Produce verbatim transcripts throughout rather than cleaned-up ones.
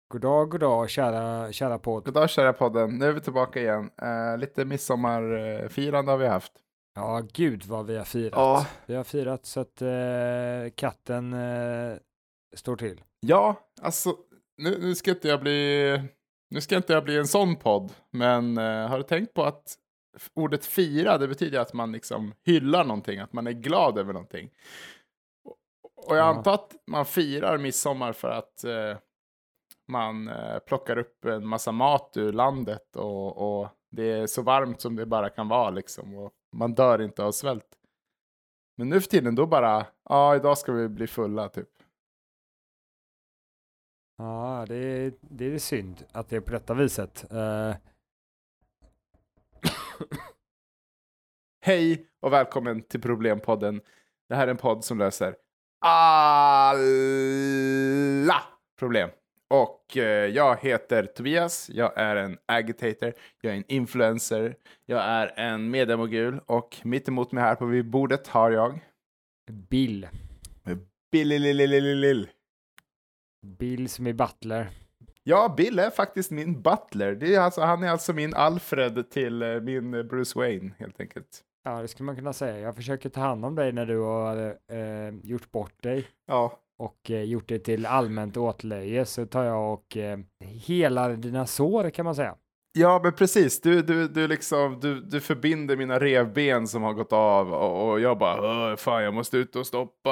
God dag, god dag, kära, kära podd. God dag, kära podden. Nu är vi tillbaka igen. Uh, lite midsommarfirande har vi haft. Ja, gud vad vi har firat. Ja. Vi har firat så att uh, katten uh, står till. Ja, alltså nu, nu ska inte jag bli nu ska inte jag bli en sån podd, men uh, har du tänkt på att ordet fira, det betyder att man liksom hyllar någonting, att man är glad över någonting. Och, och jag Ja. antar att man firar midsommar för att uh, man uh, plockar upp en massa mat ur landet och, och det är så varmt som det bara kan vara liksom, och man dör inte av svält. Men nu för tiden då bara, ja, idag ska vi bli fulla typ. Ja, det är, det är synd att det är på detta viset. Uh... Hej och välkommen till Problempodden. Det här är en podd som löser alla problem. Och eh, jag heter Tobias, jag är en agitator, jag är en influencer, jag är en mediamogul och mitt emot mig här på vid bordet har jag Bill. Bill. Bill som är butler. Ja, Bill är faktiskt min butler. Det är alltså, han är alltså min Alfred till eh, min Bruce Wayne helt enkelt. Ja, det skulle man kunna säga. Jag försöker ta hand om dig när du har eh, gjort bort dig. Ja. Och eh, gjort det till allmänt åtlöje, så tar jag och eh, helar dina sår kan man säga. Ja, men precis. Du, du, du, liksom, du, du förbinder mina revben som har gått av och, och jag bara, fan jag måste ut och stoppa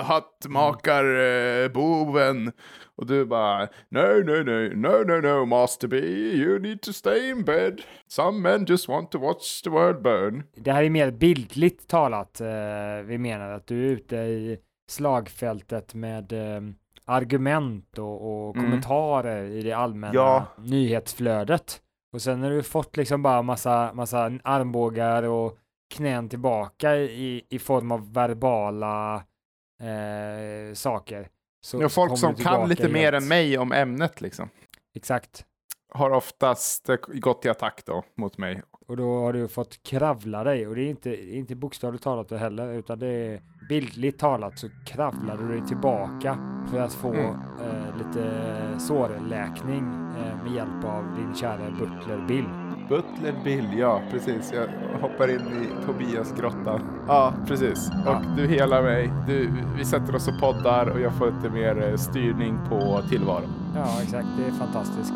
hattmakarboven. Och du bara, no, no, no, no, no, no, Master B, you need to stay in bed. Some men just want to watch the world burn. Det här är mer bildligt talat. Eh, vi menar att du är ute i slagfältet med eh, argument och, och Mm. kommentarer i det allmänna Ja. nyhetsflödet. Och sen har du fått liksom bara massa, massa armbågar och knän tillbaka i, i form av verbala eh, saker. Så, Ja, så folk kommer som du tillbaka kan lite helt- mer än mig om ämnet liksom. Exakt. Har oftast eh, gått till attack då mot mig. Och då har du fått kravla dig. Och det är inte, inte bokstavligt talat det heller, utan det är bildligt talat så kravlar du dig tillbaka för att få Mm. eh, lite sårläkning eh, med hjälp av din kära butler Bill. Butler Bill, ja precis. Jag hoppar in i Tobias grotta. Ja, precis. Ja. Och du helar mig. Du, vi sätter oss och poddar och jag får lite mer eh, styrning på tillvaron. Ja, exakt. Det är fantastiskt.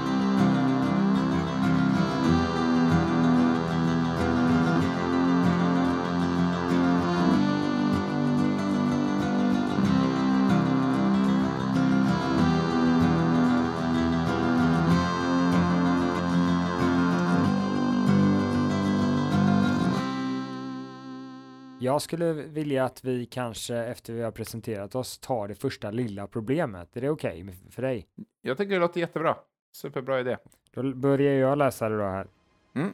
Jag skulle vilja att vi kanske efter vi har presenterat oss tar det första lilla problemet. Är det okej okay för dig? Jag tycker det låter jättebra. Superbra idé. Då börjar jag läsa det då här. Mm.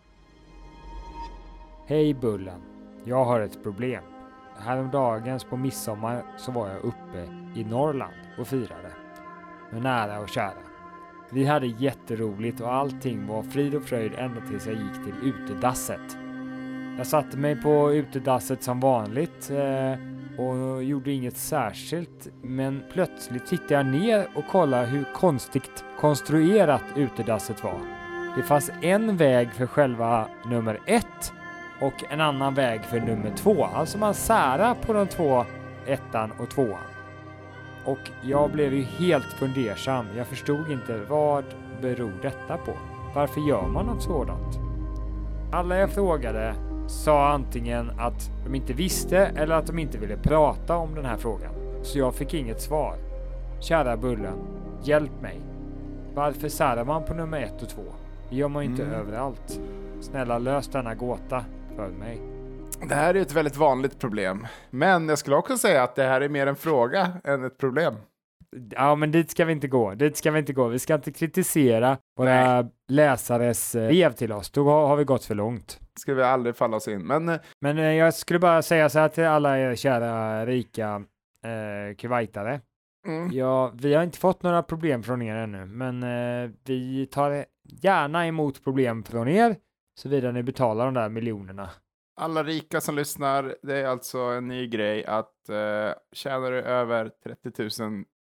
Hej Bullen. Jag har ett problem. Häromdagens på midsommar så var jag uppe i Norrland och firade. Med nära och kära. Vi hade jätteroligt och allting var frid och fröjd ända tills jag gick till utedasset. Jag satte mig på utedasset som vanligt eh, och gjorde inget särskilt, men plötsligt tittade jag ner och kollade hur konstigt konstruerat utedasset var. Det fanns en väg för själva nummer ett och en annan väg för nummer två. Alltså man särar på de två, ettan och tvåan. Och jag blev ju helt fundersam. Jag förstod inte, vad beror detta på? Varför gör man något sådant? Alla jag frågade sa antingen att de inte visste eller att de inte ville prata om den här frågan. Så jag fick inget svar. Kära Bullen, hjälp mig. Varför särar man på nummer ett och två? Det gör man ju inte Mm. överallt. Snälla lös denna gåta för mig. Det här är ett väldigt vanligt problem. Men jag skulle också säga att det här är mer en fråga än ett problem. Ja, men dit ska vi inte gå. Dit ska vi inte gå. Vi ska inte kritisera våra Nej. läsares eh, brev till oss. Då har har vi gått för långt. Ska vi aldrig falla oss in. Men eh, Men eh, jag skulle bara säga så här till alla er kära rika eh, kuwaitare. mm, Ja, vi har inte fått några problem från er ännu, men eh, vi tar gärna emot problem från er såvida ni betalar de där miljonerna. alla rika som lyssnar, det är alltså en ny grej att eh, tjänar du över trettio tusen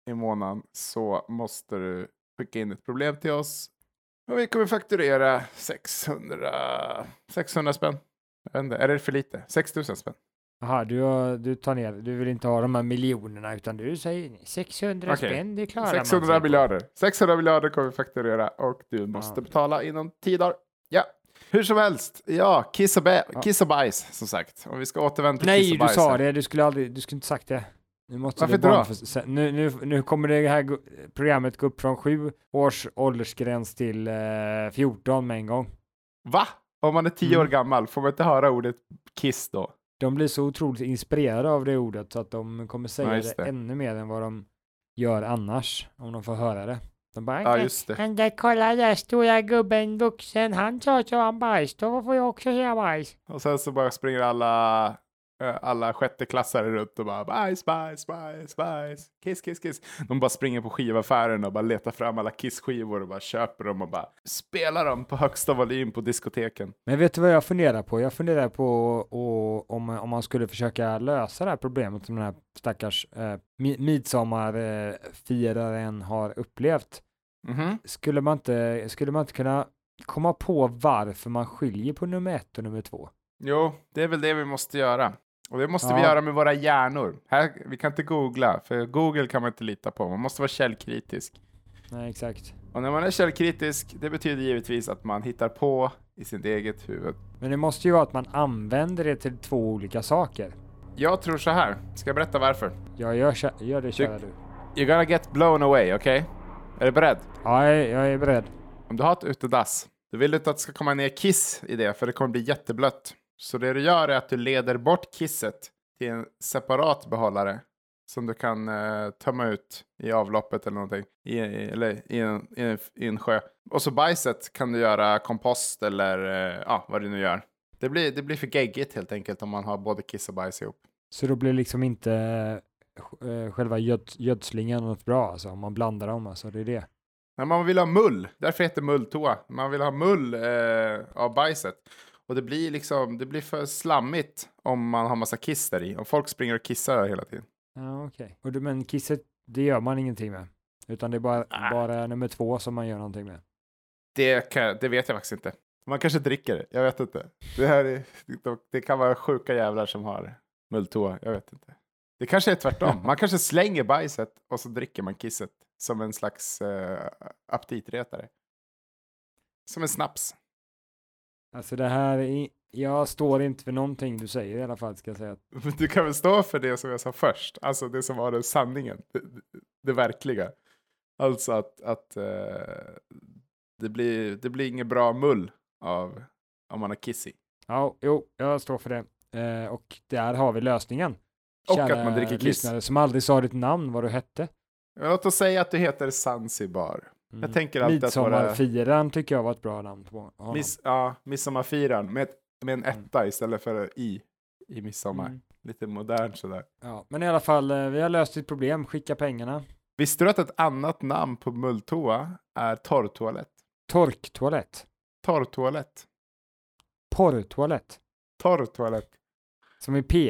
i månaden så måste du skicka in ett problem till oss. Och vi kommer fakturera sexhundra, sexhundra spänn. Jag vet inte, är det för lite? sex tusen spänn. Jaha, du, har- du tar ner, du vill inte ha de här miljonerna utan du säger sexhundra Okej. spänn, det klarar man sexhundra sig på. miljarder. sexhundra miljarder kommer vi fakturera och du måste Ja. betala inom tio dagar. Ja, hur som helst. Ja, kiss och, bä- Ja. kiss och bajs som sagt. Om vi ska återvända till kiss Nej, och du bajs. sa här. det, du skulle aldrig, du skulle inte sagt det. Nu måste Varför du inte bara då? få- se- nu, nu, nu kommer det här gå- programmet gå upp från sju års åldersgräns till eh, fjorton med en gång. Va? Om man är tio Mm. år gammal får man inte höra ordet kiss då? De blir så otroligt inspirerade av det ordet så att de kommer säga Ja, just det. det. ännu mer än vad de gör annars om de får höra det. De bara, Ja, just det. han där, kolla där stora gubben vuxen, han sa så han bajs, då får jag också säga bajs. Och sen så bara springer alla, eh, alla sjätteklassare runt och bara bajs, bajs, bajs, bajs, kiss, kiss, kiss. De bara springer på skivaffären och bara letar fram alla kissskivor och bara köper dem och bara spelar dem på högsta volym på diskoteken. Men vet du vad jag funderar på? Jag funderar på och, om, om man skulle försöka lösa det här problemet som den här stackars eh, mi- midsommarfiraren eh, har upplevt. Mhm. Skulle man, inte, skulle man inte kunna komma på varför man skiljer på nummer ett och nummer två? Jo, det är väl det vi måste göra. Och det måste vi Ja. göra med våra hjärnor. Här, vi kan inte googla, för Google kan man inte lita på. Man måste vara källkritisk. Nej, exakt. Och när man är källkritisk, det betyder givetvis att man hittar på i sitt eget huvud. Men det måste ju vara att man använder det till två olika saker. Jag tror så här. Ska jag berätta varför? Jag gör, kä- gör det, kära du. You're gonna get blown away, okej? Okay? Är du beredd? Ja, jag, jag är beredd. Om du har ett utedass, då vill du inte att det ska komma ner kiss i det, för det kommer bli jätteblött. Så det du gör är att du leder bort kisset till en separat behållare som du kan eh, tömma ut i avloppet eller någonting. I, i, eller i en, i, en, i en sjö. Och så bajset kan du göra kompost eller eh, ja, vad du nu gör. Det blir, det blir för geggigt helt enkelt om man har både kiss och bajs ihop. Så då blir liksom inte eh, själva göd, gödslingen något bra, alltså, om man blandar dem, alltså, det är det. Men man vill ha mull, därför heter mulltoa. Man vill ha mull eh, av bajset. Och det blir liksom, det blir för slammigt om man har massa kiss där i. Om folk springer och kissar där hela tiden. Ja, okej. Okay. Men kisset, det gör man ingenting med. Utan det är bara, Ah. bara nummer två som man gör någonting med. Det, kan, det vet jag faktiskt inte. Man kanske dricker det, jag vet inte. Det, här är, det kan vara sjuka jävlar som har mulltoa, jag vet inte. Det kanske är tvärtom. Man kanske slänger bajset och så dricker man kisset. Som en slags eh, aptitretare. Som en snaps. Alltså det här, är, jag står inte för någonting du säger i alla fall, ska jag säga. Men du kan väl stå för det som jag sa först. Alltså det som var den sanningen. Det, det, det verkliga. Alltså att, att eh, det, blir, det blir inget bra mull av om man har kiss i. Ja, jo, jag står för det. Eh, och där har vi lösningen. Och Kära att man dricker kiss. lyssnare som aldrig sa ditt namn, vad du hette. Men låt oss säga att du heter Zanzibar. Mm. Jag tänker alltid att våra... Midsommarfiraren tycker jag var ett bra namn på honom. Miss, ja, midsommarfiraren med, med en etta istället för i i midsommar. Mm. Lite modern sådär. Ja, men i alla fall, eh, vi har löst ditt problem. Skicka pengarna. Visste du att ett annat namn på mulltoa är torrtoalett? Torktoalett. Torrtoalett. Porrtoalett. Torrtoalett. Som är P.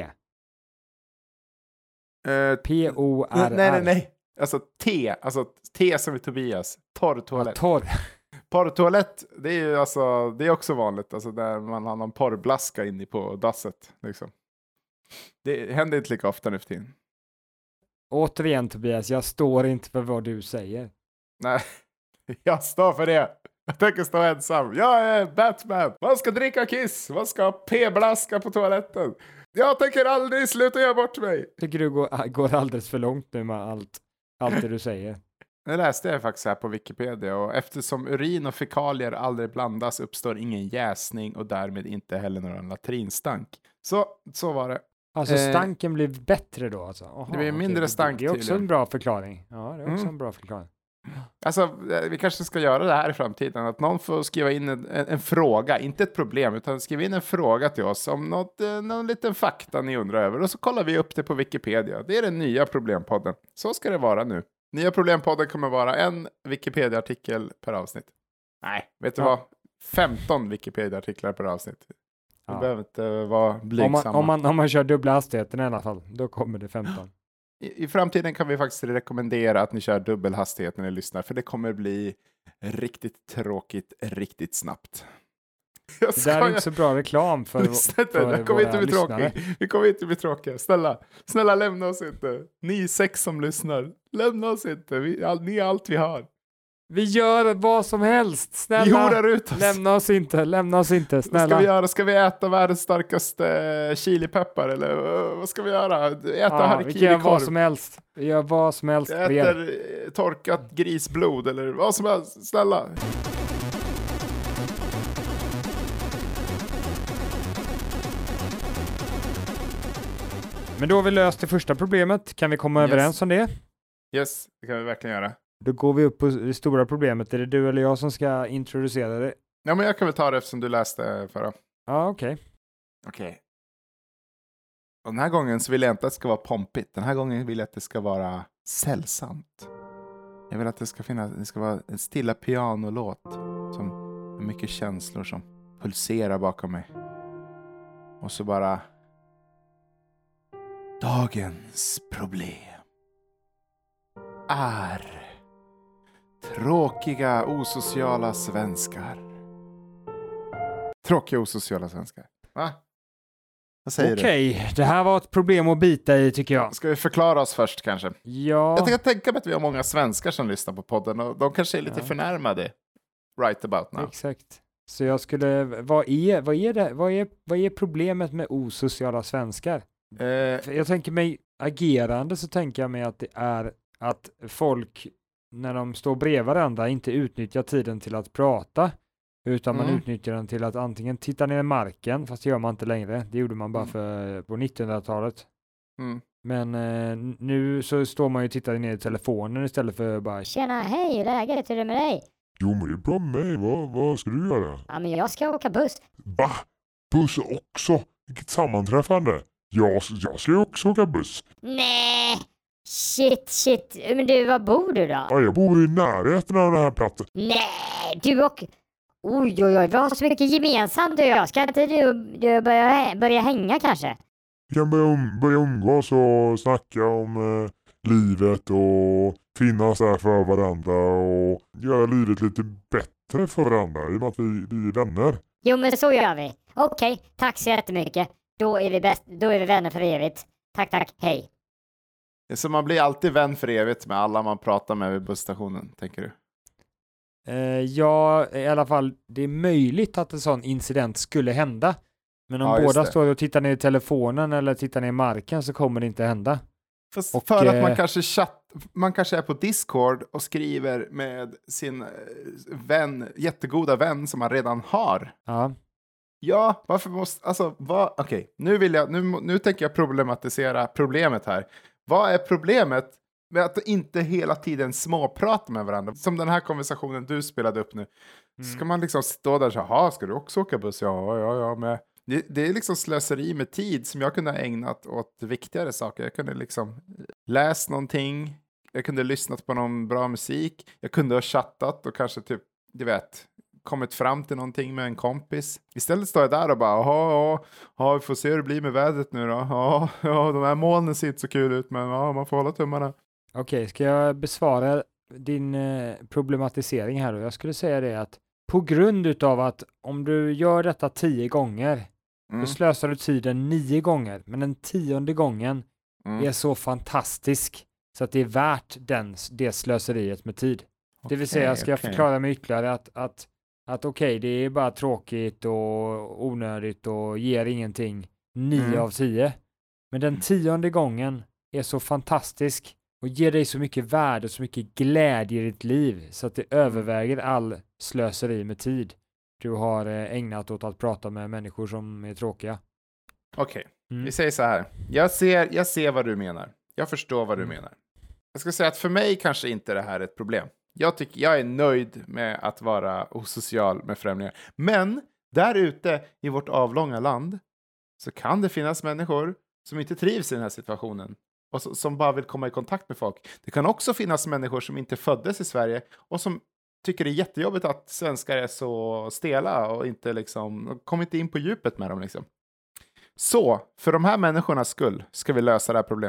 Eh, P O R R. nej, nej, nej. Alltså T. Alltså T som i Tobias. Torrtoalett. Torr. Porrtoalett, det är ju alltså, det är också vanligt. Alltså där man har någon porrblaska inne på dasset. Liksom. Det händer inte lika ofta nu för tiden. Återigen Tobias, jag står inte för vad du säger. Nej, jag står för det. Jag tänker stå ensam. Jag är Batman. Man ska dricka kiss. Man ska ha p-blaska på toaletten. Jag tänker aldrig sluta göra bort mig. Tycker du går, går alldeles för långt nu med allt, allt det du säger. Det läste jag faktiskt här på Wikipedia. Och eftersom urin och fekalier aldrig blandas uppstår ingen jäsning och därmed inte heller någon latrinstank. Så, så var det. Alltså Eh, stanken blir bättre då alltså? Aha, det blir okej, mindre det- stank Det är också tydligen. en bra förklaring. Ja, det är också Mm. en bra förklaring. Alltså, eh, vi kanske ska göra det här i framtiden. Att någon får skriva in en, en, en fråga. Inte ett problem, utan skriva in en fråga till oss om något, eh, någon liten fakta ni undrar över. Och så kollar vi upp det på Wikipedia. Det är den nya problempodden. Så ska det vara nu. Nya problempodden kommer vara en Wikipedia-artikel per avsnitt. Nej, vet du Ja. vad? femton Wikipedia-artiklar per avsnitt. Det Ja. behöver inte vara Om man, blygsamma. om, man, om man kör dubbla hastigheten i alla fall, då kommer det femton. I, I framtiden kan vi faktiskt rekommendera att ni kör dubbel hastighet när ni lyssnar. För det kommer bli riktigt tråkigt, riktigt snabbt. Jag det där är inte så bra reklam för, för, för det kommer inte bli tråkigt. Vi kommer inte bli tråkiga. Snälla, snälla lämna oss inte. Ni sex som lyssnar, lämna oss inte. Vi, all, ni är allt vi har. Vi gör vad som helst. Snälla, ut oss. lämna oss inte. Lämna oss inte. Snälla. Vad ska vi göra? Ska vi äta världens starkaste chilipeppar? Eller uh, vad ska vi göra? Äta ja, harikiri-korv? Vi gör vad som helst. Vi gör vad som helst. Vi äter torkat grisblod eller vad som helst. Snälla. Men då har vi löst det första problemet. Kan vi komma yes. överens om det? Yes, det kan vi verkligen göra. Då går vi upp på det stora problemet. Är det du eller jag som ska introducera det? Ja, men jag kan väl ta det eftersom du läste förra. Ja, okej. Okay. Okej. Okay. Och den här gången så vill jag inte att det ska vara pompigt. Den här gången vill jag att det ska vara sällsamt. Jag vill att det ska finnas, det ska vara en stilla pianolåt som med mycket känslor som pulserar bakom mig. Och så bara... Dagens problem är tråkiga osociala svenskar. Tråkiga osociala svenskar. Va? Vad säger Okej, du? Okej, det här var ett problem att bita i tycker jag. Ska vi förklara oss först kanske? Ja. Jag tänker tänka mig att vi har många svenskar som lyssnar på podden och de kanske är lite ja. förnärmade right about now. Exakt. Så jag skulle, vad är, vad är det, vad är, vad är problemet med osociala svenskar? Eh, jag tänker mig agerande så tänker jag mig att det är att folk när de står bredvid varandra inte utnyttjar tiden till att prata utan mm. man utnyttjar den till att antingen titta ner i marken, fast det gör man inte längre, det gjorde man bara mm. för på nittonhundratalet mm. men eh, nu så står man ju och tittar ner i telefonen istället för bara tjena, hej, hur är läget, hur är det med dig? Jo men det är bra med mig, vad, vad ska du göra? Ja men jag ska åka buss. Va? Buss också? Vilket sammanträffande? Jag, jag ska ju också åka buss. Nej, shit, shit. Men du, var bor du då? Ja, jag bor i närheten av den här platsen. Nej, du och... Oj, oj, oj, vi har så mycket gemensamt du och jag. Ska inte du, du börja, börja hänga kanske? Vi kan börja, um, börja umgås och snacka om eh, livet och finnas där för varandra och göra livet lite bättre för varandra i och med att vi, vi är vänner. Jo, men så gör vi. Okej, tack så jättemycket. Då är vi bäst, då är vi vänner för evigt. Tack, tack, hej. Så man blir alltid vän för evigt med alla man pratar med vid busstationen, tänker du? Eh, ja, i alla fall, det är möjligt att en sån incident skulle hända. Men om ja, båda det. står och tittar ner i telefonen eller tittar ner i marken så kommer det inte hända. Fast och, för att man kanske chatt, man kanske är på Discord och skriver med sin vän, jättegoda vän som man redan har. Ja. Ja, varför måste, alltså, vad, okej, okay. nu vill jag, nu, nu tänker jag problematisera problemet här. Vad är problemet med att inte hela tiden småprata med varandra? Som den här konversationen du spelade upp nu. Mm. Ska man liksom stå där och säga, jaha, ska du också åka buss? Ja, ja, ja, men det, det är liksom slöseri med tid som jag kunde ha ägnat åt viktigare saker. Jag kunde liksom läst någonting, jag kunde ha lyssnat på någon bra musik, jag kunde ha chattat och kanske typ, du vet, kommit fram till någonting med en kompis. Istället står jag där och bara, ja, ja, vi får se hur det blir med vädret nu då. Ja, ja, de här molnen ser inte så kul ut, men ja, man får hålla tummarna. Okej, okay, ska jag besvara din eh, problematisering här då? Jag skulle säga det att på grund utav att om du gör detta tio gånger, mm. då slösar du tiden nio gånger. Men den tionde gången mm. är så fantastisk så att det är värt den, det slöseriet med tid. Okay, det vill säga, ska jag okay. förklara mig ytterligare att, att Att okej, okay, det är bara tråkigt och onödigt och ger ingenting. Nio mm. av tio. Men den tionde gången är så fantastisk och ger dig så mycket värde och så mycket glädje i ditt liv så att det överväger all slöseri med tid du har ägnat åt att prata med människor som är tråkiga. Okej, okay. mm. vi säger så här. Jag ser, jag ser vad du menar. Jag förstår vad du mm. menar. Jag ska säga att för mig kanske inte det här är ett problem. Jag tycker jag är nöjd med att vara osocial med främlingar. Men där ute i vårt avlånga land så kan det finnas människor som inte trivs i den här situationen och som bara vill komma i kontakt med folk. Det kan också finnas människor som inte föddes i Sverige och som tycker det är jättejobbigt att svenskar är så stela och inte liksom kommer inte in på djupet med dem liksom. Så för de här människornas skull ska vi lösa det här problemet.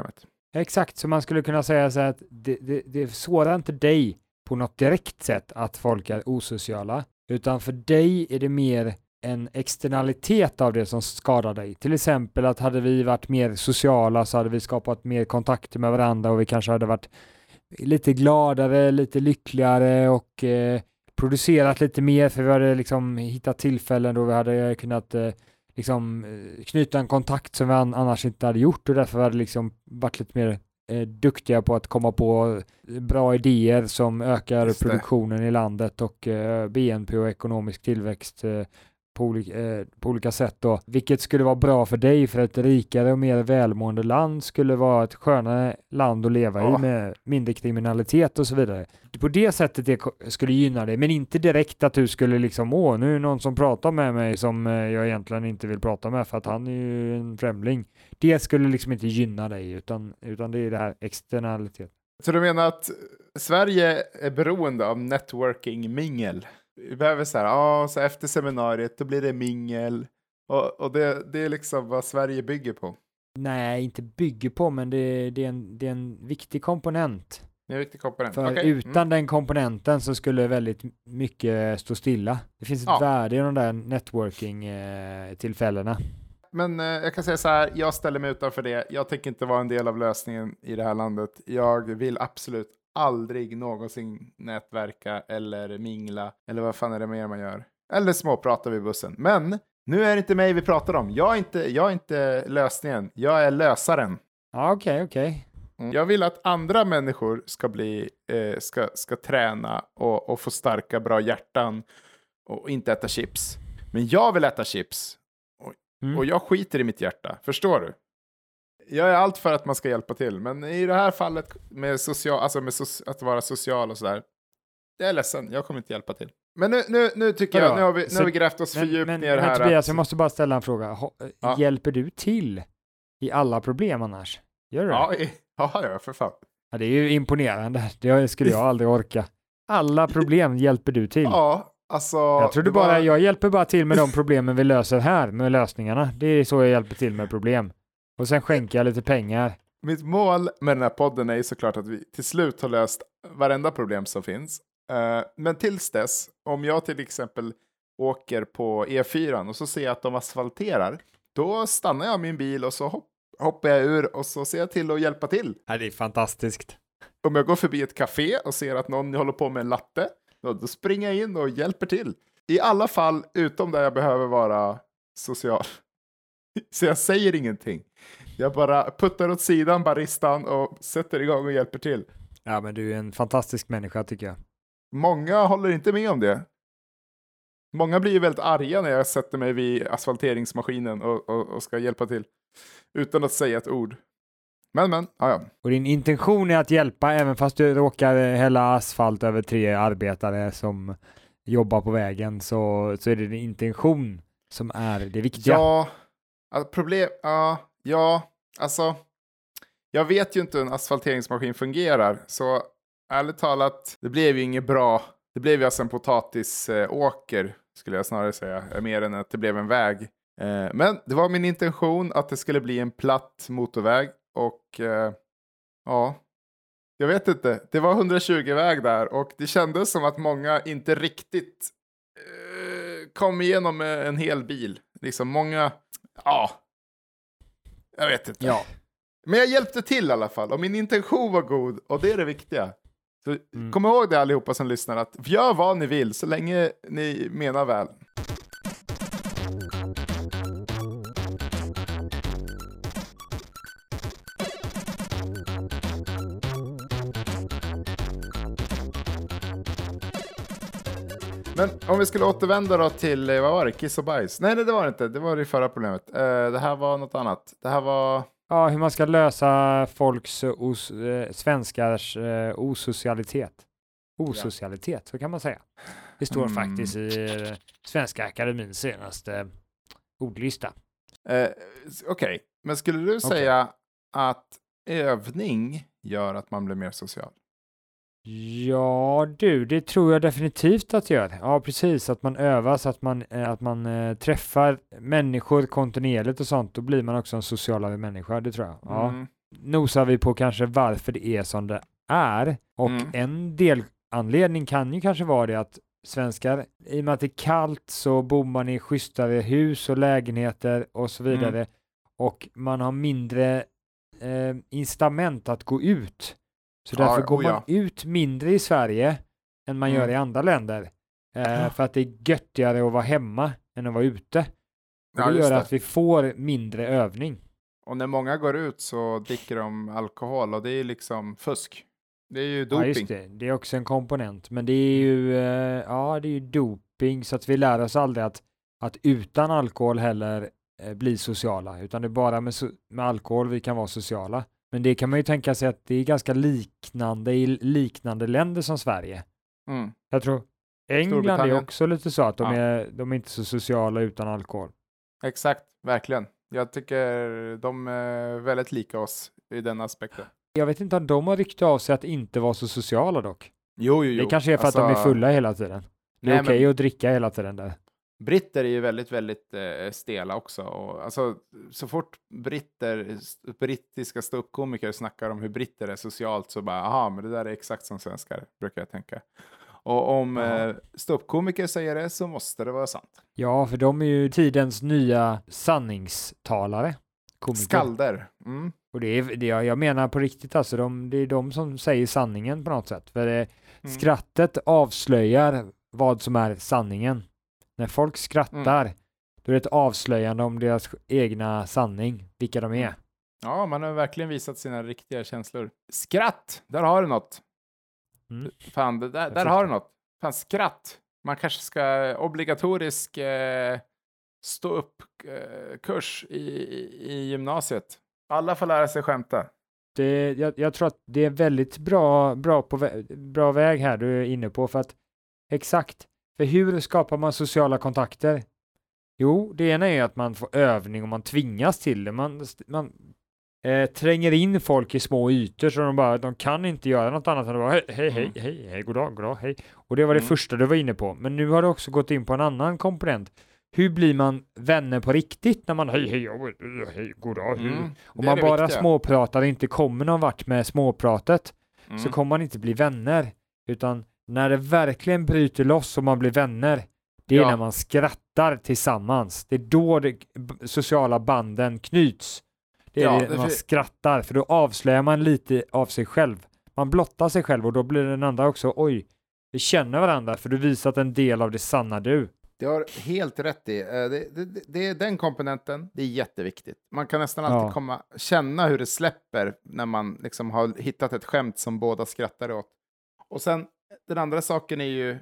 Exakt, så man skulle kunna säga så här att det, det, det sårar inte dig på något direkt sätt att folk är osociala, utan för dig är det mer en externalitet av det som skadar dig. Till exempel att hade vi varit mer sociala så hade vi skapat mer kontakter med varandra och vi kanske hade varit lite gladare, lite lyckligare och eh, producerat lite mer, för vi hade liksom hittat tillfällen då vi hade kunnat eh, liksom knyta en kontakt som vi an- annars inte hade gjort, och därför hade liksom varit lite mer eh, duktiga på att komma på bra idéer som ökar produktionen i landet och eh, B N P och ekonomisk tillväxt eh, på, olika, eh, på olika sätt då. Vilket skulle vara bra för dig, för ett rikare och mer välmående land skulle vara ett skönare land att leva ja. i med mindre kriminalitet och så vidare. På det sättet det skulle gynna dig, men inte direkt att du skulle liksom, åh, nu är någon som pratar med mig som jag egentligen inte vill prata med för att han är ju en främling. Det skulle liksom inte gynna dig, utan, utan det är det här externalitet. Så du menar att Sverige är beroende av networking-mingel? Vi behöver så här, ja, så efter seminariet då blir det mingel. Och, och det, det är liksom vad Sverige bygger på. Nej, inte bygger på, men det, det, är, en, det är en viktig komponent. Det är en viktig komponent. För okay. utan mm. den komponenten så skulle väldigt mycket stå stilla. Det finns ett ja. värde i de där networking-tillfällena. Men eh, jag kan säga så här, jag ställer mig utanför det. Jag tänker inte vara en del av lösningen i det här landet. Jag vill absolut aldrig någonsin nätverka eller mingla. Eller vad fan är det mer man gör? Eller småprata vid bussen. Men nu är det inte mig vi pratar om. Jag är inte, jag är inte lösningen. Jag är lösaren. Ja, okej, okay, okej. Okay. Mm. Jag vill att andra människor ska bli, eh, ska, ska träna och, och få starka, bra hjärtan och inte äta chips. Men jag vill äta chips. Och, mm. och jag skiter i mitt hjärta. Förstår du? Jag är allt för att man ska hjälpa till. Men i det här fallet med, social, alltså med so- att vara social och sådär. Jag är ledsen, jag kommer inte hjälpa till. Men nu, nu, nu tycker jag, nu har vi, nu har vi grävt oss för djupt ner här. Tobias, att... jag måste bara ställa en fråga. H- ja. Hjälper du till i alla problem annars? Gör du det? Ja, i, ja, ja, för fan. Ja, det är ju imponerande. Det skulle jag aldrig orka. Alla problem hjälper du till. Ja, alltså... Jag tror du bara, var... jag hjälper bara till med de problemen vi löser här, med lösningarna. Det är så jag hjälper till med problem. Och sen skänker jag lite pengar. Mitt mål med den här podden är ju såklart att vi till slut har löst varenda problem som finns. Uh, men tills dess, om jag till exempel åker på E fyra och så ser jag att de asfalterar, då stannar jag min bil och så hopp, hoppar jag ur och så ser jag till att hjälpa till. Ja, det är fantastiskt. Om jag går förbi ett café och ser att någon håller på med en latte, då, då springer jag in och hjälper till. I alla fall utom där jag behöver vara social. Så jag säger ingenting. Jag bara puttar åt sidan baristan och sätter igång och hjälper till. Ja, men du är en fantastisk människa tycker jag. Många håller inte med om det. Många blir ju väldigt arga när jag sätter mig vid asfalteringsmaskinen och, och, och ska hjälpa till. Utan att säga ett ord. Men, men, ja, ja. Och din intention är att hjälpa även fast du råkar hälla asfalt över tre arbetare som jobbar på vägen, så, så är det din intention som är det viktiga. Ja, alltså, problem, ja, ja, alltså jag vet ju inte hur en asfalteringsmaskin fungerar, så ärligt talat, det blev ju inget bra. Det blev ju alltså en potatisåker, skulle jag snarare säga, mer än att det blev en väg. Eh, men det var min intention att det skulle bli en platt motorväg. Och eh, ja, jag vet inte. Det var hundratjugo väg där och det kändes som att många inte riktigt eh, kom igenom med en hel bil. Liksom många, ja, jag vet inte. Ja. Men jag hjälpte till i alla fall och min intention var god och det är det viktiga. Så mm. kom ihåg det allihopa som lyssnar, att gör vad ni vill så länge ni menar väl. Men om vi skulle återvända då till, vad var det? Kiss och bajs? Nej, nej, det var det inte. Det var det förra problemet. Uh, det här var något annat. Det här var... Ja, hur man ska lösa folks, os, eh, svenskars eh, osocialitet. Osocialitet, ja. Så kan man säga. Det står mm. faktiskt i eh, Svenska Akademins senaste ordlista. Uh, Okej, okay. Men skulle du okay. säga att övning gör att man blir mer social? Ja du, det tror jag definitivt att gör. Ja precis, att man övar så att man, att man äh, träffar människor kontinuerligt och sånt. Då blir man också en socialare människa, det tror jag. Ja. Mm. nosar vi på kanske varför det är som det är. Och Mm. en del anledning kan ju kanske vara det att svenskar, i och med att det är kallt så bor man i schysstare hus och lägenheter och så vidare. Mm. Och man har mindre eh, incitament att gå ut. Så Ja, därför går oh man ja. ut mindre i Sverige än man Mm. gör i andra länder. Eh, Ja. För att det är göttigare att vara hemma än att vara ute. Och Ja, det just gör det. att vi får mindre övning. Och när många går ut så dricker de alkohol och det är liksom fusk. Det är ju Ja, doping. just det. Det är också en komponent. Men det är ju, eh, ja, det är ju doping så att vi lär oss aldrig att, att utan alkohol heller eh, bli sociala. Utan det är bara med, so- med alkohol vi kan vara sociala. Men det kan man ju tänka sig att det är ganska liknande i liknande länder som Sverige. Mm. Jag tror England är Storbritannien. också lite så att de, Ja. är, de är inte så sociala utan alkohol. Exakt, verkligen. Jag tycker de är väldigt lika oss i den aspekten. Jag vet inte om de har rykte av sig att inte vara så sociala dock. Jo, jo, jo. Det kanske är för att de är Alltså, fulla hela tiden. Det är nej, okej men- att dricka hela tiden där. Britter är ju väldigt, väldigt eh, stela också. Och, alltså, så fort britter, st- brittiska ståuppkomiker snackar om hur britter är socialt så bara, aha, men det där är exakt som svenskar, brukar jag tänka. Och om Ja. eh, ståuppkomiker säger det så måste det vara sant. Ja, för de är ju tidens nya sanningstalare. Komiker. Skalder. Mm. Och det är, det, jag jag menar på riktigt, alltså, de, det är de som säger sanningen på något sätt. För det, Mm. skrattet avslöjar vad som är sanningen. När folk skrattar, Mm. då är det ett avslöjande om deras egna sanning, vilka de är. Ja, man har verkligen visat sina riktiga känslor. Skratt, där har du något. Mm. Fan, det där, där fick har du det. något. Fan, skratt. Man kanske ska obligatorisk eh, stå upp eh, kurs i, i, i gymnasiet. Alla får lära sig skämta. Det, jag, jag tror att det är väldigt bra, bra, på vä- bra väg här du är inne på, för att exakt, för hur skapar man sociala kontakter? Jo, det ena är att man får övning och man tvingas till det. Man, man eh, tränger in folk i små ytor så de bara, de kan inte göra något annat än att bara hej, hej, hej, Mm. hej, hej, god dag, god dag, hej. Och det var det Mm. första du var inne på. Men nu har du också gått in på en annan komponent. Hur blir man vänner på riktigt när man hej, hej, oh, hej, god dag, hej. Mm, Om det är man det bara viktiga. småpratar och inte kommer någon vart med småpratet Mm. så kommer man inte bli vänner. Utan när det verkligen bryter loss och man blir vänner, det är Ja. när man skrattar tillsammans. Det är då de b- sociala banden knyts. Det är Ja, det, det när man fi- skrattar, för då avslöjar man lite av sig själv. Man blottar sig själv och då blir den andra också, oj, vi känner varandra för du visat en del av det sanna du. Det har helt rätt i. Eh, Det, det, det, det är den komponenten, det är jätteviktigt. Man kan nästan alltid Ja. komma, känna hur det släpper när man liksom har hittat ett skämt som båda skrattar åt. Och sen, den andra saken är ju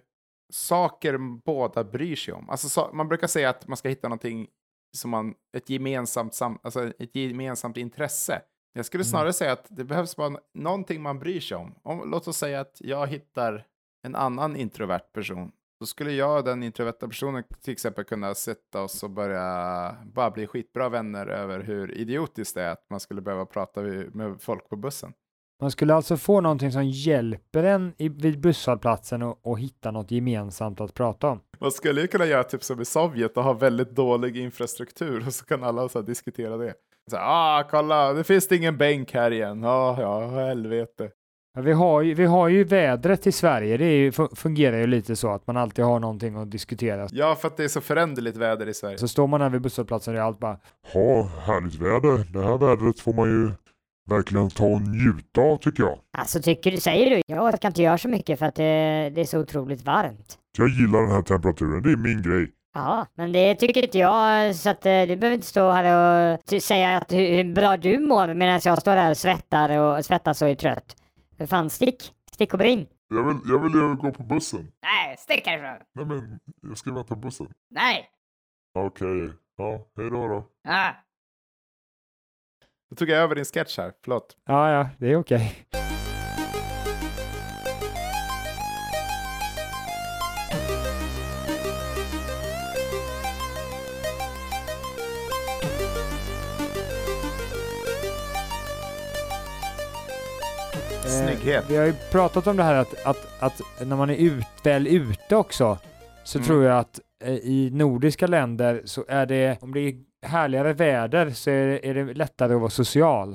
saker båda bryr sig om. Alltså, så, man brukar säga att man ska hitta någonting som man, ett gemensamt, sam, alltså ett gemensamt intresse. Jag skulle Mm. snarare säga att det behövs bara någonting man bryr sig om. om. Låt oss säga att jag hittar en annan introvert person. Då skulle jag och den introverta personen till exempel kunna sätta oss och börja bara bli skitbra vänner över hur idiotiskt det är att man skulle behöva prata med folk på bussen. Man skulle alltså få någonting som hjälper en i, vid busshållplatsen och, och hitta något gemensamt att prata om. Man skulle ju kunna göra typ som i Sovjet och ha väldigt dålig infrastruktur och så kan alla så här diskutera det. Så här, ah, kolla, det finns det ingen bänk här igen. Ah, ja, helvete. Ja, vi, har ju, vi har ju vädret i Sverige, det är ju, fu- fungerar ju lite så att man alltid har någonting att diskutera. Ja, för att det är så föränderligt väder i Sverige. Så står man här vid busshållplatsen och det är allt bara, Ha, härligt väder. Det här vädret får man ju verkligen ta och njuta av tycker jag. Alltså tycker du, säger du? Jag orkar inte göra så mycket för att det, det är så otroligt varmt. Jag gillar den här temperaturen, det är min grej. Ja, men det tycker inte jag, så att eh, du behöver inte stå här och ty- säga att hur, hur bra du mår medan jag står här och svettar och svettas och är trött. För fan, stick, stick och brinn. Jag vill, jag vill ju gå på bussen. Nej, stick härifrån. Nej men, jag ska vänta på bussen. Nej. Okej, ja, hej då då. Ah. Då tog jag över din sketch här, förlåt. ja ja, det är okej. Eh, Snygghet. Vi har ju pratat om det här att, att, att när man är ut, väl ute också så Mm. tror jag att eh, i nordiska länder så är det, om det är härligare väder så är det, är det lättare att vara social.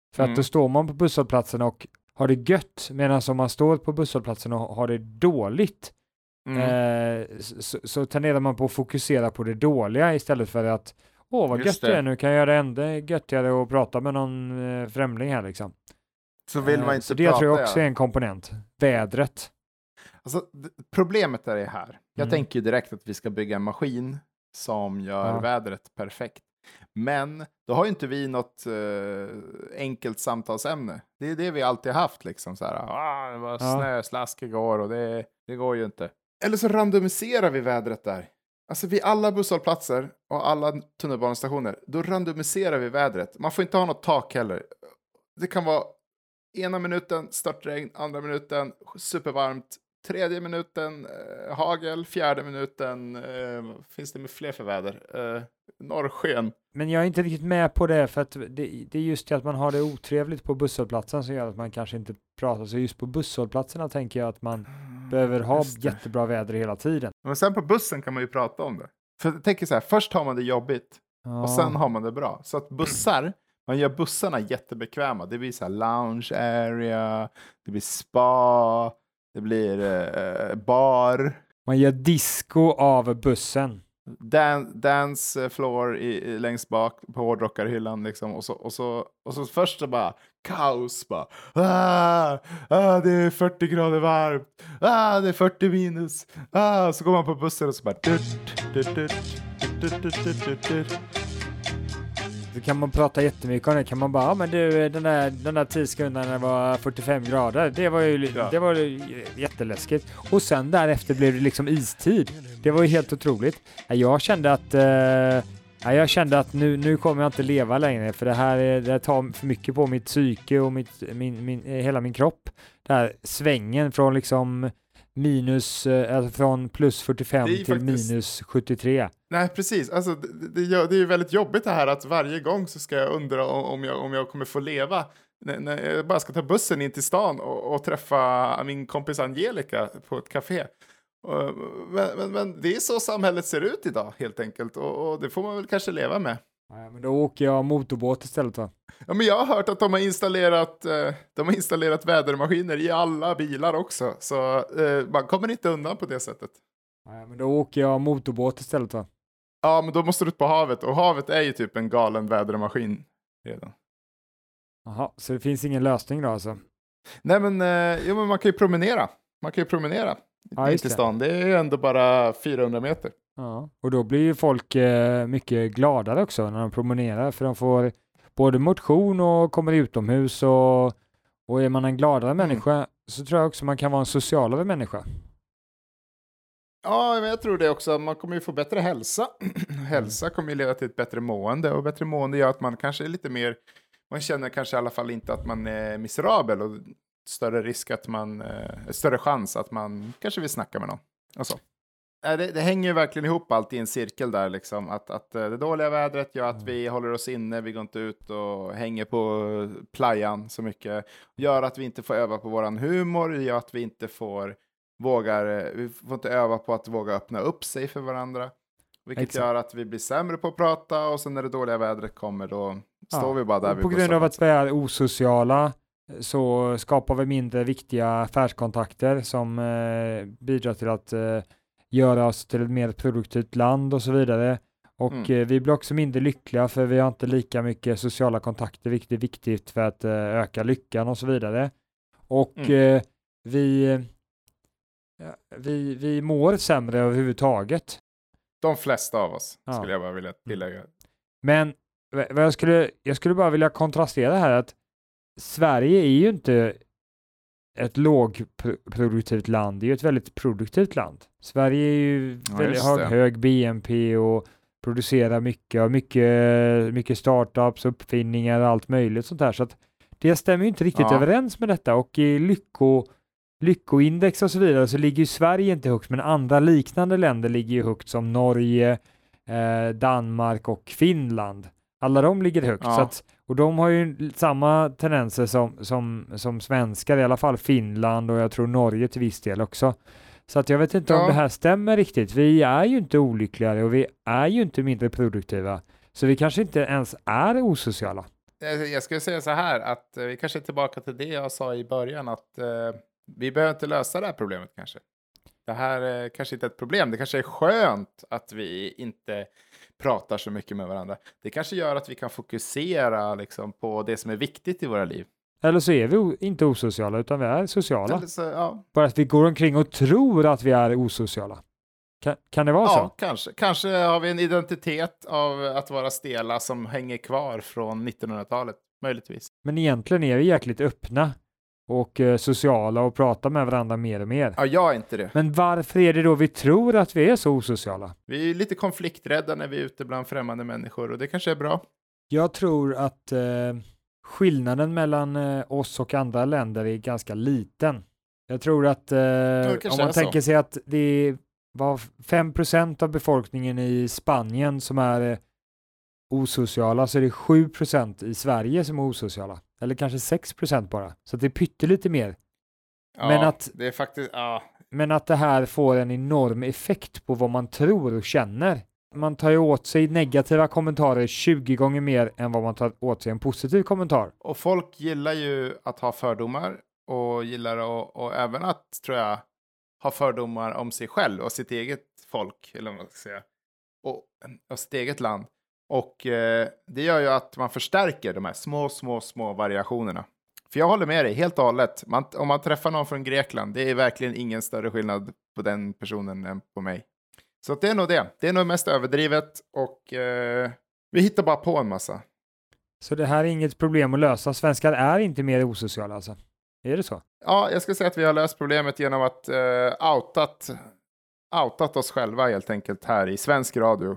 För Mm. att då står man på busshållplatsen och har det gött, medan om man står på busshållplatsen och har det dåligt, Mm. eh, så, så tenderar man på att fokusera på det dåliga istället för att åh vad Just gött det det. är, nu kan jag göra det ännu göttigare att prata med någon eh, främling här liksom. Så vill man Eh, inte så det prata. tror jag också ja. är en komponent. Vädret. Alltså, d- problemet är det här. Jag Mm. tänker ju direkt att vi ska bygga en maskin som gör Ja. vädret perfekt. Men då har ju inte vi något eh, enkelt samtalsämne. Det är det vi alltid haft liksom. Så här, ah, det var Ja. snöslask igår och det, det går ju inte. Eller så randomiserar vi vädret där. Alltså vid alla busshållplatser och alla tunnelbanestationer, då randomiserar vi vädret. Man får inte ha något tak heller. Det kan vara ena minuten störtregn, andra minuten supervarmt, tredje minuten eh, hagel, fjärde minuten eh, finns det med fler för väder? Eh, norrsken. Men jag är inte riktigt med på det, för att det, det är just det att man har det otrevligt på busshållplatsen som gör att man kanske inte pratar. Så just på busshållplatserna tänker jag att man behöver ha Just det. jättebra väder hela tiden. Men sen på bussen kan man ju prata om det. För jag tänker så här, först har man det jobbigt Ja. och sen har man det bra. Så att bussar, man gör bussarna jättebekväma. Det blir så här lounge area, det blir spa, det blir eh, bar. Man gör disco av bussen. Dan, dance floor i, i, längst bak på hårdrockarhyllan liksom. Och så, och så, och så först så bara kaos bara. Ah, ah, det är fyrtio grader varmt. Ah, det är fyrtio minus. Ah, så går man på bussen och så bara dutt, dutt, dutt, dutt, dutt, dutt, dutt, dutt. Så kan man prata jättemycket om det. Kan man bara, ja men du, den där, den där tio sekunder när det var fyrtiofem grader, det var ju Ja. det var ju jätteläskigt. Och sen därefter blev det liksom istid. Det var ju helt otroligt. Jag kände att eh, ja, jag kände att nu, nu kommer jag inte leva längre, för det här, är- det här tar för mycket på mitt psyke och mitt, min, min, eh, hela min kropp. Det här svängen från liksom minus, eh, alltså från plus fyrtiofem Det är till faktiskt- minus sjuttiotre. Nej, precis. Alltså, det, det, gör- det är ju väldigt jobbigt det här att varje gång så ska jag undra om, om, jag, om jag kommer få leva när, när jag bara ska ta bussen in till stan och, och träffa min kompis Angelica på ett café. Och, men, men, men det är så samhället ser ut idag helt enkelt och, och det får man väl kanske leva med. Ja, men då åker jag motorbåt istället va? Ja, men jag har hört att de har installerat, eh, de har installerat vädermaskiner i alla bilar också. Så eh, man kommer inte undan på det sättet. Ja, men då åker jag motorbåt istället va? Ja, men då måste du ut på havet. Och havet är ju typ en galen vädermaskin redan. Jaha, så det finns ingen lösning då alltså? Nej, men, eh, jo, men man kan ju promenera. Man kan ju promenera Ja, in just till det. stan. Det är ju ändå bara fyrahundra meter. Ja. Och då blir ju folk eh, mycket gladare också när de promenerar, för de får både motion och kommer utomhus, och, och är man en gladare Mm. människa så tror jag också man kan vara en socialare människa. Ja, men jag tror det också. Man kommer ju få bättre hälsa. Hälsa kommer ju leda till ett bättre mående. Och bättre mående gör att man kanske är lite mer... Man känner kanske i alla fall inte att man är miserabel. Och större risk att man... Eh, större chans att man kanske vill snacka med någon. Och så. Nej, Det, det hänger ju verkligen ihop allt i en cirkel där liksom. Att, att eh, det dåliga vädret gör att vi håller oss inne. Vi går inte ut och hänger på playan så mycket. Gör att vi inte får öva på våran humor. Gör att vi inte får... Vågar, vi får inte öva på att våga öppna upp sig för varandra. Vilket Exakt. gör att vi blir sämre på att prata. Och sen när det dåliga vädret kommer då står Ja, vi bara där. Och vid på grund av busshållplatsen. att vi är osociala så skapar vi mindre viktiga affärskontakter som eh, bidrar till att eh, göra oss till ett mer produktivt land och så vidare. Och Mm. eh, vi blir också mindre lyckliga för vi har inte lika mycket sociala kontakter, vilket är viktigt för att eh, öka lyckan och så vidare. Och Mm. eh, vi, ja, vi, vi mår sämre överhuvudtaget. De flesta av oss Ja. skulle jag bara vilja tillägga. Men v- vad jag skulle, jag skulle bara vilja kontrastera här att Sverige är ju inte ett lågproduktivt land, det är ju ett väldigt produktivt land. Sverige är ju Ja, väldigt, just har det. hög B N P och producerar mycket och mycket, mycket startups, uppfinningar och allt möjligt sånt här. Så att det stämmer ju inte riktigt Ja. överens med detta, och i lycko, lyckoindex och så vidare så ligger ju Sverige inte högt, men andra liknande länder ligger ju högt som Norge, eh, Danmark och Finland. Alla de ligger högt. Ja. Så att, och de har ju samma tendenser som, som, som svenskar, i alla fall Finland och jag tror Norge till viss del också. Så att jag vet inte Ja. om det här stämmer riktigt. Vi är ju inte olyckligare och vi är ju inte mindre produktiva. Så vi kanske inte ens är osociala. Jag skulle säga så här att vi kanske är tillbaka till det jag sa i början, att eh, vi behöver inte lösa det här problemet kanske. Det här är kanske inte ett problem. Det kanske är skönt att vi inte pratar så mycket med varandra. Det kanske gör att vi kan fokusera liksom, på det som är viktigt i våra liv. Eller så är vi o- inte osociala utan vi är sociala. Eller så, ja. Bara att vi går omkring och tror att vi är osociala. Kan, kan det vara Ja, så? kanske. Kanske har vi en identitet av att vara stela som hänger kvar från nittonhundratalet. Möjligtvis. Men egentligen är vi jäkligt öppna och eh, sociala och pratar med varandra mer och mer. Ja, jag är inte det. Men varför är det då vi tror att vi är så osociala? Vi är lite konflikträdda när vi är ute bland främmande människor och det kanske är bra. Jag tror att eh, skillnaden mellan eh, oss och andra länder är ganska liten. Jag tror att eh, kanske om man är så. tänker sig att det var fem procent av befolkningen i Spanien som är eh, osociala, så är det sju procent i Sverige som är osociala. Eller kanske sex procent bara. Så att det är pyttelite mer. Ja, Men att- det är faktiskt, ja. Men att det här får en enorm effekt på vad man tror och känner. Man tar ju åt sig negativa kommentarer tjugo gånger mer än vad man tar åt sig en positiv kommentar. Och folk gillar ju att ha fördomar och gillar att, och även att, tror jag, ha fördomar om sig själv och sitt eget folk, eller vad man ska säga, och, och sitt eget land. Och eh, det gör ju att man förstärker de här små, små, små variationerna. För jag håller med dig helt och hållet. Man, om man träffar någon från Grekland, det är verkligen ingen större skillnad på den personen än på mig. Så att det är nog det. Det är nog mest överdrivet och eh, vi hittar bara på en massa. Så det här är inget problem att lösa. Svenskar är inte mer osociala alltså. Är det så? Ja, jag ska säga att vi har löst problemet genom att eh, outat, outat oss själva helt enkelt här i svensk radio.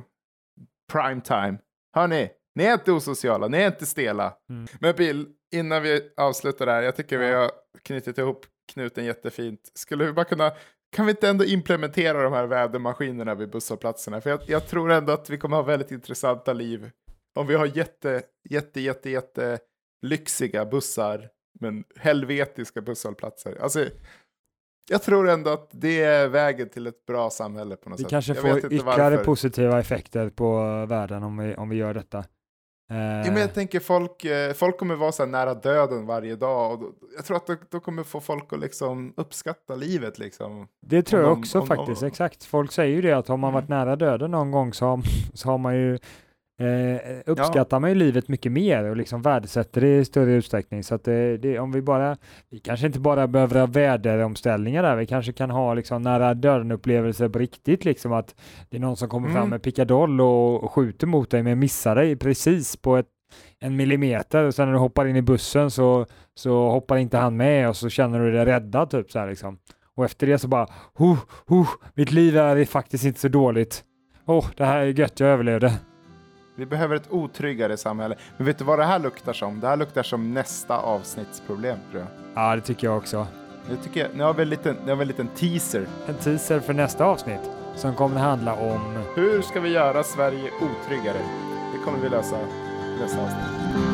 Prime time. Hörrni, ni är inte osociala, ni är inte stela. Mm. Men Bill, innan vi avslutar där, jag tycker vi har knutit ihop knuten jättefint. Skulle vi bara kunna, kan vi inte ändå implementera de här vädermaskinerna vid busshållplatserna? För jag, jag tror ändå att vi kommer ha väldigt intressanta liv. Om vi har jätte, jätte, jätte, jätte lyxiga bussar, men helvetiska busshållplatser. Alltså, jag tror ändå att det är vägen till ett bra samhälle på något Vi sätt. kanske Jag får vet inte ytterligare varför. positiva effekter på världen om vi, om vi gör detta. Eh, Ja, men jag tänker folk, eh, folk kommer vara så här nära döden varje dag. Och då, jag tror att då, då kommer få folk att liksom uppskatta livet. Liksom. det tror om jag de- också om- faktiskt, om- exakt. Folk säger ju det att har man Mm. varit nära döden någon gång så har, så har man ju eh, uppskattar man ju livet mycket mer och liksom värdesätter det i större utsträckning. Så att det, det, om vi bara, vi kanske inte bara behöver ha väderomställningar där, vi kanske kan ha liksom nära döden-upplevelser på riktigt, liksom att det är någon som kommer Mm. fram med pickadoll och, och skjuter mot dig men missar dig precis på ett, en millimeter, och sen när du hoppar in i bussen så, så hoppar inte han med och så känner du dig räddad typ så här liksom. Och efter det så bara, huh, huh, mitt liv är faktiskt inte så dåligt. Åh, oh, det här är gött, jag överlevde. Vi behöver ett otryggare samhälle. Men vet du vad det här luktar som? Det här luktar som nästa avsnittsproblem, tror jag. Ja, det tycker jag också. Nu, tycker jag, nu har vi en liten, nu har vi en liten teaser. En teaser för nästa avsnitt som kommer att handla om... Hur ska vi göra Sverige otryggare? Det kommer vi lösa i nästa avsnitt.